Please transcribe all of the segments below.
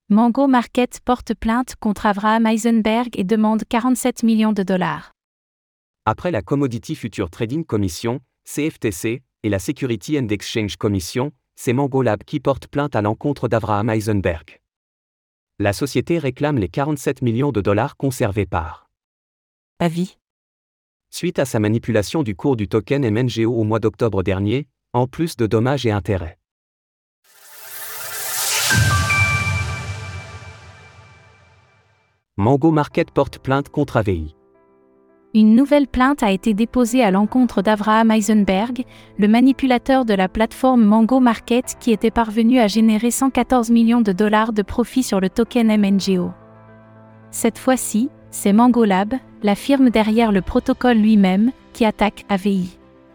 Mango Market porte plainte contre Avraham Eisenberg et demande 47 millions de dollars. Après la Commodity Futures Trading Commission, CFTC, et la Security and Exchange Commission, c'est Mango Lab qui porte plainte à l'encontre d'Avraham Eisenberg. La société réclame les 47 millions de dollars conservés par Avi. Suite à sa manipulation du cours du token MNGO au mois d'octobre dernier, en plus de dommages et intérêts. Mango Market porte plainte contre AVI. Une nouvelle plainte a été déposée à l'encontre d'Avraham Eisenberg, le manipulateur de la plateforme Mango Market qui était parvenu à générer 114 millions de dollars de profit sur le token MNGO. Cette fois-ci, c'est Mango Lab, la firme derrière le protocole lui-même, qui attaque AVI.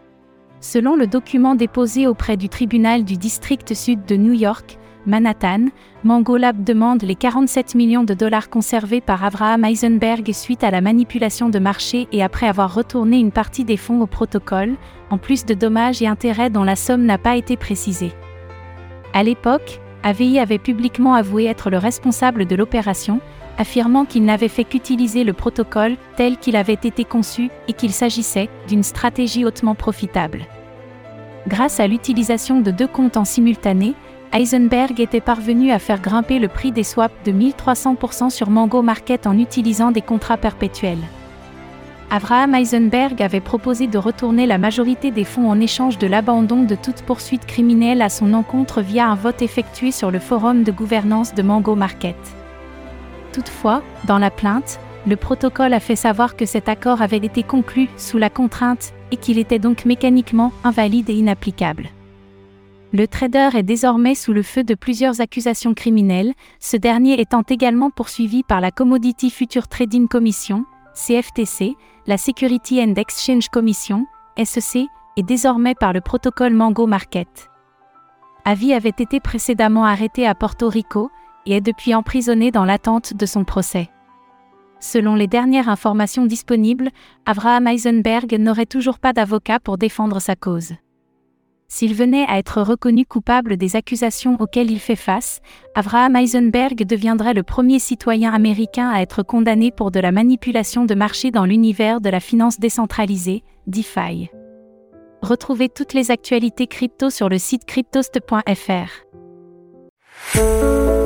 Selon le document déposé auprès du tribunal du district sud de New York, Manhattan, Mango Lab demande les 47 millions de dollars conservés par Avraham Eisenberg suite à la manipulation de marché et après avoir retourné une partie des fonds au protocole, en plus de dommages et intérêts dont la somme n'a pas été précisée. À l'époque, AVI avait publiquement avoué être le responsable de l'opération, affirmant qu'il n'avait fait qu'utiliser le protocole tel qu'il avait été conçu et qu'il s'agissait d'une stratégie hautement profitable. Grâce à l'utilisation de 2 comptes en simultané, Eisenberg était parvenu à faire grimper le prix des swaps de 1300% sur Mango Market en utilisant des contrats perpétuels. Avraham Eisenberg avait proposé de retourner la majorité des fonds en échange de l'abandon de toute poursuite criminelle à son encontre via un vote effectué sur le forum de gouvernance de Mango Market. Toutefois, dans la plainte, le protocole a fait savoir que cet accord avait été conclu sous la contrainte et qu'il était donc mécaniquement invalide et inapplicable. Le trader est désormais sous le feu de plusieurs accusations criminelles, ce dernier étant également poursuivi par la Commodity Futures Trading Commission, CFTC, la Security and Exchange Commission, SEC, et désormais par le protocole Mango Market. Avi avait été précédemment arrêté à Porto Rico et est depuis emprisonné dans l'attente de son procès. Selon les dernières informations disponibles, Avraham Eisenberg n'aurait toujours pas d'avocat pour défendre sa cause. S'il venait à être reconnu coupable des accusations auxquelles il fait face, Avraham Eisenberg deviendrait le premier citoyen américain à être condamné pour de la manipulation de marché dans l'univers de la finance décentralisée, DeFi. Retrouvez toutes les actualités crypto sur le site cryptost.fr.